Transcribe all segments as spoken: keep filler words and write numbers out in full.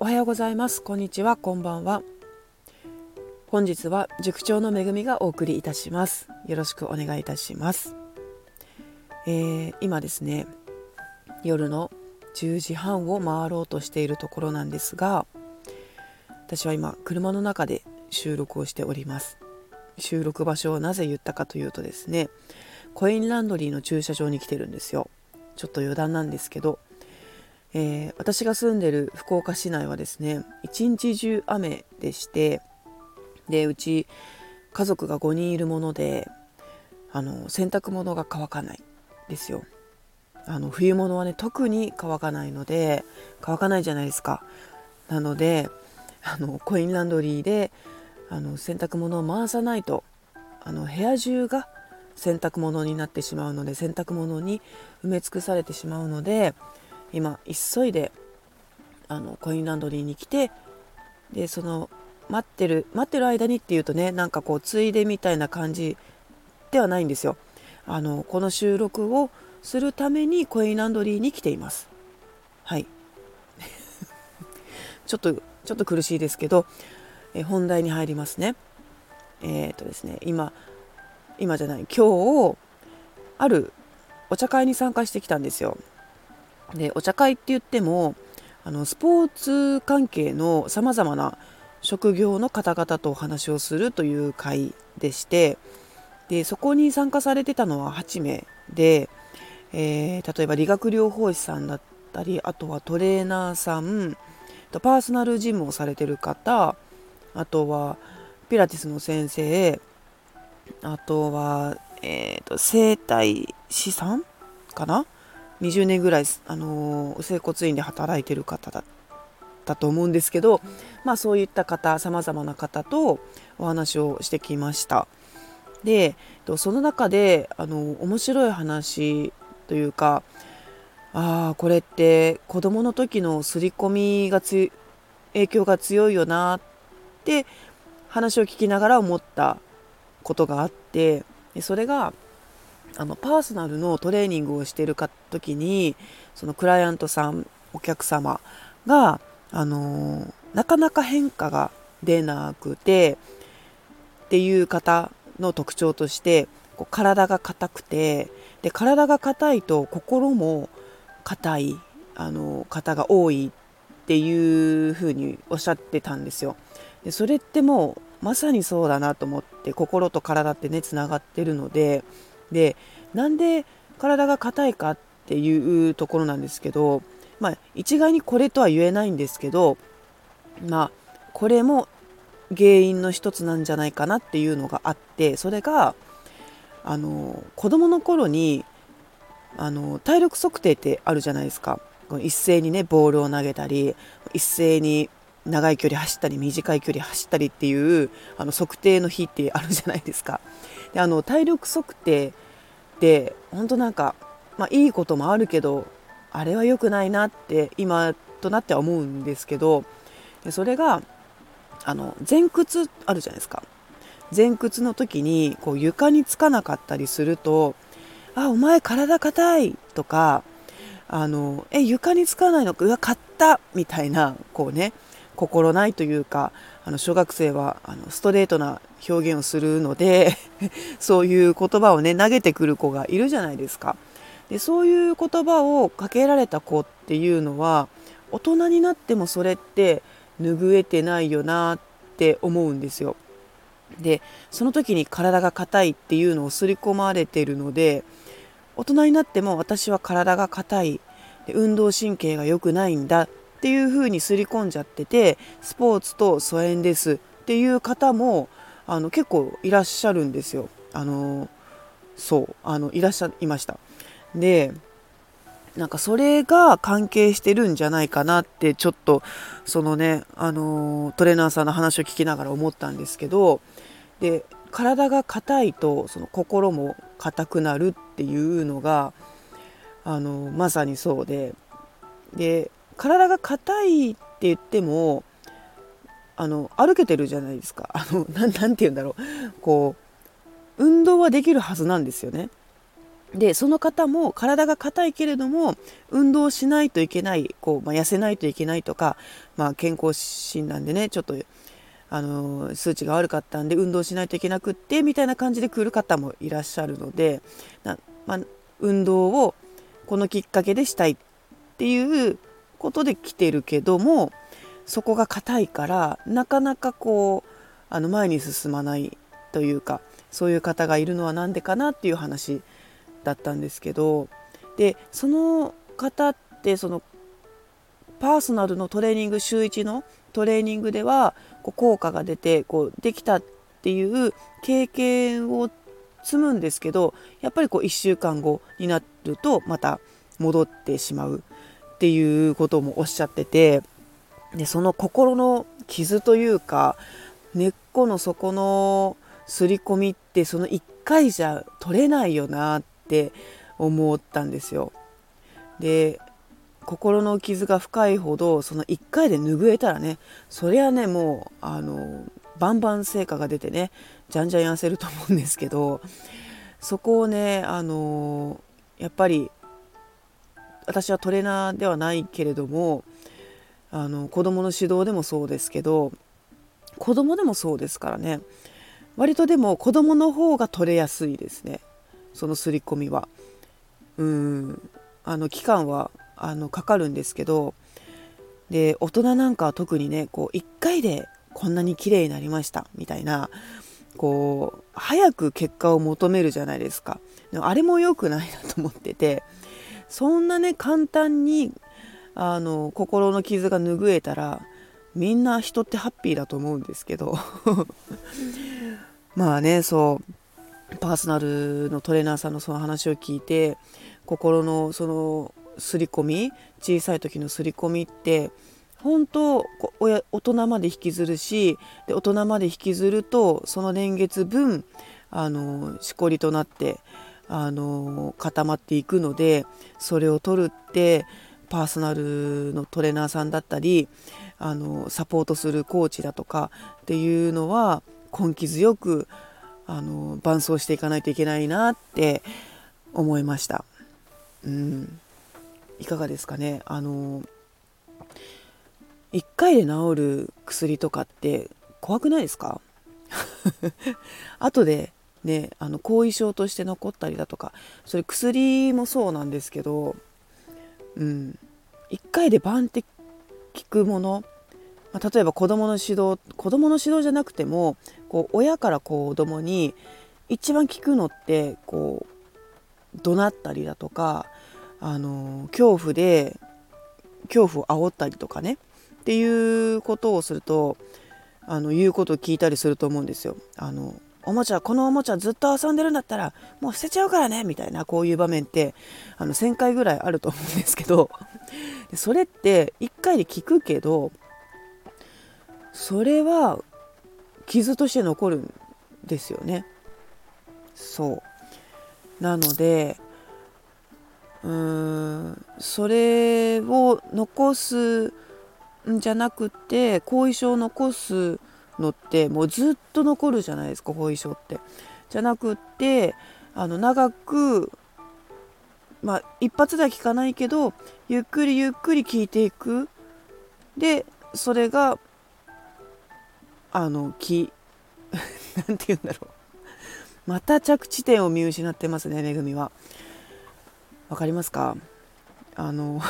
おはようございます。こんにちは、こんばんは。本日は塾長のめぐみがお送りいたします。よろしくお願いいたします。えー、今ですね、夜のじゅうじはんを回ろうとしているところなんですが、私は今車の中で収録をしております。収録場所をなぜ言ったかというとですね、コインランドリーの駐車場に来てるんですよ。ちょっと余談なんですけど、えー、私が住んでる福岡市内はですね、一日中雨でして、でうち家族がごにんいるもので、あの洗濯物が乾かないですよ。あの冬物はね特に乾かないので乾かないじゃないですか。なのであのコインランドリーであの洗濯物を回さないと、あの部屋中が洗濯物になってしまうので、洗濯物に埋め尽くされてしまうので、今急いであのコインランドリーに来て、でその待ってる待ってる間にっていうとね、なんかこうついでみたいな感じではないんですよ。あのこの収録をするためにコインランドリーに来ています。はいちょっとちょっと苦しいですけど、え本題に入りますね。えー、っとですね今今じゃない今日あるお茶会に参加してきたんですよ。でお茶会って言っても、あのスポーツ関係のさまざまな職業の方々とお話をするという会でして、でそこに参加されてたのははちめいで、えー、例えば理学療法士さんだったり、あとはトレーナーさん、パーソナルジムをされてる方、あとはピラティスの先生、あとは、えー、と整体師さんかな、にじゅうねんぐらい、あのー整骨院で働いてる方だったと思うんですけど、まあ、そういった方、さまざまな方とお話をしてきました。でその中であの面白い話というか、ああこれって子どもの時の刷り込みがつ影響が強いよなって話を聞きながら思ったことがあって、でそれがあのパーソナルのトレーニングをしている時に、そのクライアントさん、お客様があのなかなか変化が出なくてっていう方の特徴として、こう体が硬くて、で体が硬いと心も硬いあの方が多いっていうふうにおっしゃってたんですよ。でそれってもうまさにそうだなと思って、心と体ってねつながってるので、でなんで体が硬いかっていうところなんですけど、まあ一概にこれとは言えないんですけど、まあこれも原因の一つなんじゃないかなっていうのがあって、それがあの子供の頃にあの体力測定ってあるじゃないですか。一斉にねボールを投げたり、一斉に長い距離走ったり短い距離走ったりっていうあの測定の日ってあるじゃないですか。であの体力測定って本当なんか、まあ、いいこともあるけど、あれは良くないなって今となっては思うんですけど、でそれがあの前屈あるじゃないですか。前屈の時にこう床につかなかったりすると、あお前体硬いとか、あのえ床につかないのか、うわ買ったみたいな、こうね心ないというか、あの小学生はあのストレートな表現をするのでそういう言葉をね投げてくる子がいるじゃないですか。でそういう言葉をかけられた子っていうのは、大人になってもそれって拭えてないよなって思うんですよ。でその時に体が硬いっていうのを刷り込まれているので、大人になっても私は体が硬い、で運動神経が良くないんだっていう風に刷り込んじゃってて、スポーツと疎遠ですっていう方もあの結構いらっしゃるんですよ。あのそうあのいらっしゃいました。でなんかそれが関係してるんじゃないかなって、ちょっとそのねあのトレーナーさんの話を聞きながら思ったんですけど、で体が硬いとその心も硬くなるっていうのがあのまさにそうで、で体が硬いって言ってもあの歩けてるじゃないですか。あのな、なんて言うんだろう、こう運動はできるはずなんですよね。 でその方も体が硬いけれども運動しないといけない、こう、まあ、痩せないといけないとか、まあ、健康診断でねちょっとあの数値が悪かったんで運動しないといけなくってみたいな感じで来る方もいらっしゃるので、な、まあ、運動をこのきっかけでしたいっていうことで来てるけども、そこが硬いからなかなかこうあの前に進まないというか、そういう方がいるのはなんでかなっていう話だったんですけど、でその方ってそのパーソナルのトレーニング、週いちのトレーニングではこう効果が出てこうできたっていう経験を積むんですけど、やっぱりこういっしゅうかんごになるとまた戻ってしまうっていうこともおっしゃってて、でその心の傷というか根っこの底の刷り込みってそのいっかいじゃ取れないよなって思ったんですよ。で心の傷が深いほどそのいっかいで拭えたらね、そりゃねもうあのバンバン成果が出てねじゃんじゃん痩せると思うんですけど、そこをねあのやっぱり私はトレーナーではないけれども、あの子どもの指導でもそうですけど、子どもでもそうですからね、割とでも子どもの方が取れやすいですね、その刷り込みは。うんあの期間はあのかかるんですけど、で大人なんかは特にねこういっかいでこんなに綺麗になりましたみたいな、こう早く結果を求めるじゃないですか。でもあれも良くないなと思ってて、そんなね簡単にあの心の傷が拭えたらみんな人ってハッピーだと思うんですけどまあね、そうパーソナルのトレーナーさんのその話を聞いて、心のその刷り込み、小さい時の刷り込みって本当親大人まで引きずるし、で大人まで引きずるとその年月分あのしこりとなってあの固まっていくので、それを取るってパーソナルのトレーナーさんだったりあのサポートするコーチだとかっていうのは根気強くあの伴走していかないといけないなって思いました。うん、いかがですかね。あのいっかいで治る薬とかって怖くないですか後でねあの後遺症として残ったりだとか、それ薬もそうなんですけど、うん、いっかいでバンって効くもの、まあ、例えば子どもの指導子どもの指導じゃなくてもこう親から子どもに一番効くのってこう怒鳴ったりだとか、あの恐怖で恐怖を煽ったりとかねっていうことをすると、あの言うことを聞いたりすると思うんですよ。あのおもちゃこのおもちゃずっと遊んでるんだったらもう捨てちゃうからねみたいな、こういう場面ってあのせんかいぐらいあると思うんですけど、それっていっかいで聞くけどそれは傷として残るんですよね。そうなのでうーんそれを残すんじゃなくて、後遺症を残すのってもうずっと残るじゃないですか、後遺症って。じゃなくってあの長く、まあ一発では効かないけどゆっくりゆっくり効いていく。でそれがあの気なんて言うんだろう、また着地点を見失ってますね、めぐみは。わかりますか？あの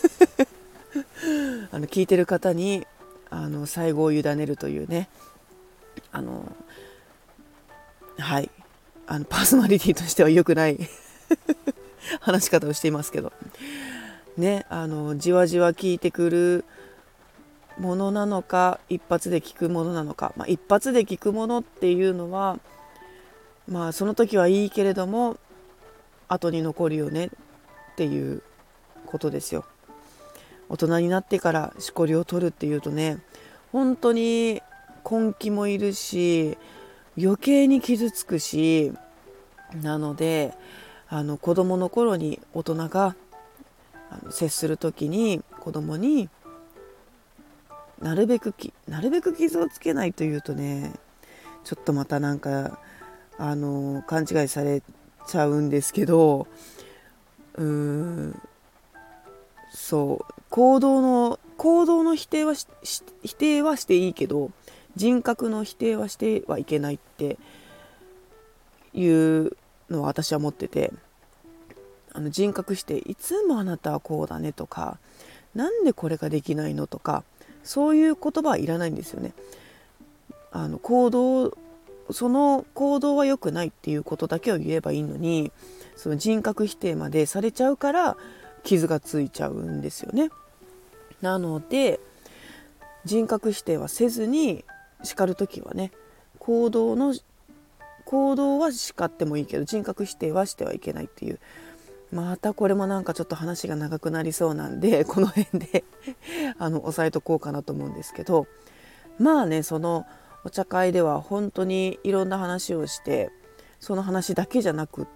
あの聞いてる方にあの最後を委ねるというね、あのはいあのパーソナリティとしては良くない話し方をしていますけどね、あのじわじわ効いてくるものなのか一発で効くものなのか、まあ、一発で効くものっていうのはまあその時はいいけれども後に残るよねっていうことですよ。大人になってからしこりを取るっていうとね、本当に根気もいるし余計に傷つくし、なのであの子供の頃に大人があの接する時に子供になるべくきなるべく傷をつけないというとね、ちょっとまたなんかあの勘違いされちゃうんですけど、うーんそう行動の行動の否定はしし否定はしていいけど、人格の否定はしてはいけないっていうのは私は思ってて、あの人格否定、いつもあなたはこうだねとか、なんでこれができないのとか、そういう言葉はいらないんですよね。あの行動その行動は良くないっていうことだけを言えばいいのに、その人格否定までされちゃうから傷がついちゃうんですよね。なので人格否定はせずに、叱るときはね、行動の行動は叱ってもいいけど人格否定はしてはいけないっていう、またこれもなんかちょっと話が長くなりそうなんで、この辺であの押さえとこうかなと思うんですけど、まあね、そのお茶会では本当にいろんな話をして、その話だけじゃなくって、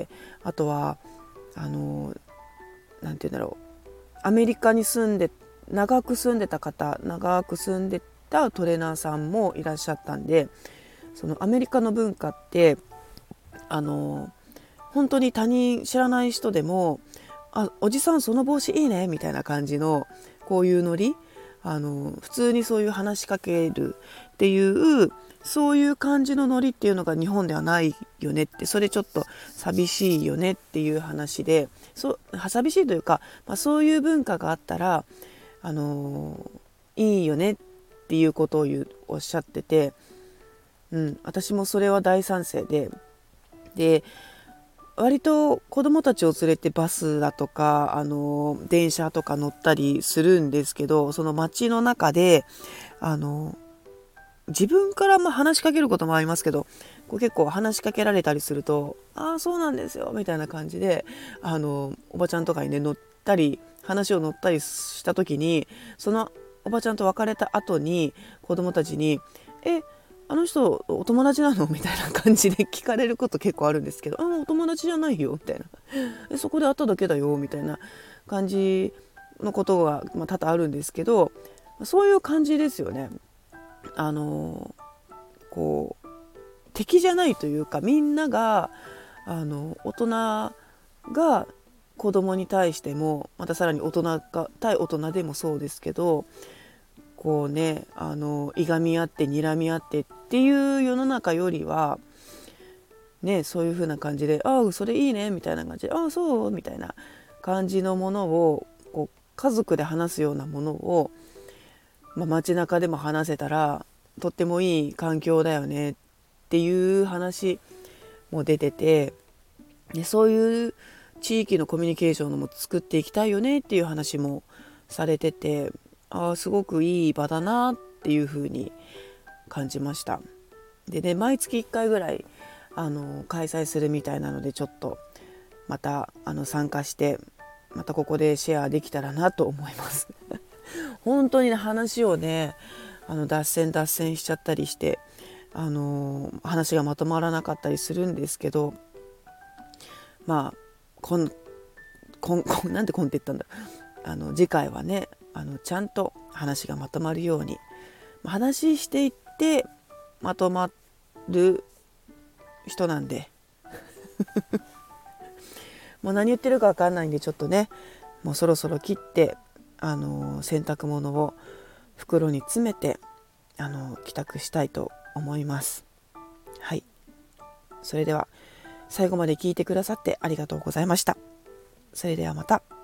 あとはあのなんて言うんだろう、アメリカに住んで長く住んでた方長く住んでたトレーナーさんもいらっしゃったんで、そのアメリカの文化ってあの本当に他人知らない人でも、あ、おじさんその帽子いいねみたいな感じの、こういうノリ、あの普通にそういう話しかけるっていう、そういう感じのノリっていうのが日本ではないよねって、それちょっと寂しいよねっていう話で、そう寂しいというか、まあ、そういう文化があったらあのいいよねっていうことを言うおっしゃってて、うん、私もそれは大賛成で、で割と子どもたちを連れてバスだとかあの電車とか乗ったりするんですけど、その街の中であの自分からまあ話しかけることもありますけど、こう結構話しかけられたりすると、ああそうなんですよみたいな感じで、あのおばちゃんとかにね乗ったり話を乗ったりした時に、そのおばちゃんと別れた後に子供たちにえあの人お友達なのみたいな感じで聞かれること結構あるんですけど、あお友達じゃないよみたいな、えそこで会っただけだよみたいな感じのことが、まあ、多々あるんですけど、そういう感じですよね。あのこう敵じゃないというか、みんながあの大人が子供に対しても、またさらに大人が対大人でもそうですけど、こうね、あのいがみ合って睨み合ってっていう世の中よりはね、そういう風な感じで、ああそれいいねみたいな感じで、ああそうみたいな感じのものを、こう家族で話すようなものを、まあ、街中でも話せたらとってもいい環境だよねっていう話も出てて、でそういう地域のコミュニケーションも作っていきたいよねっていう話もされてて、ああすごくいい場だなっていう風に感じました。でね、毎月いっかいぐらいあの開催するみたいなので、ちょっとまたあの参加して、またここでシェアできたらなと思います本当に、ね、話をねあの脱線脱線しちゃったりして、あの話がまとまらなかったりするんですけど、まあこんこんこんなんでこんって言ったんだ、あの次回はねあのちゃんと話がまとまるように話していってまとまる人なんでもう何言ってるか分かんないんで、ちょっとねもうそろそろ切って、あの洗濯物を袋に詰めて、あの帰宅したいと思います。はい、それでは最後まで聞いてくださってありがとうございました。それではまた。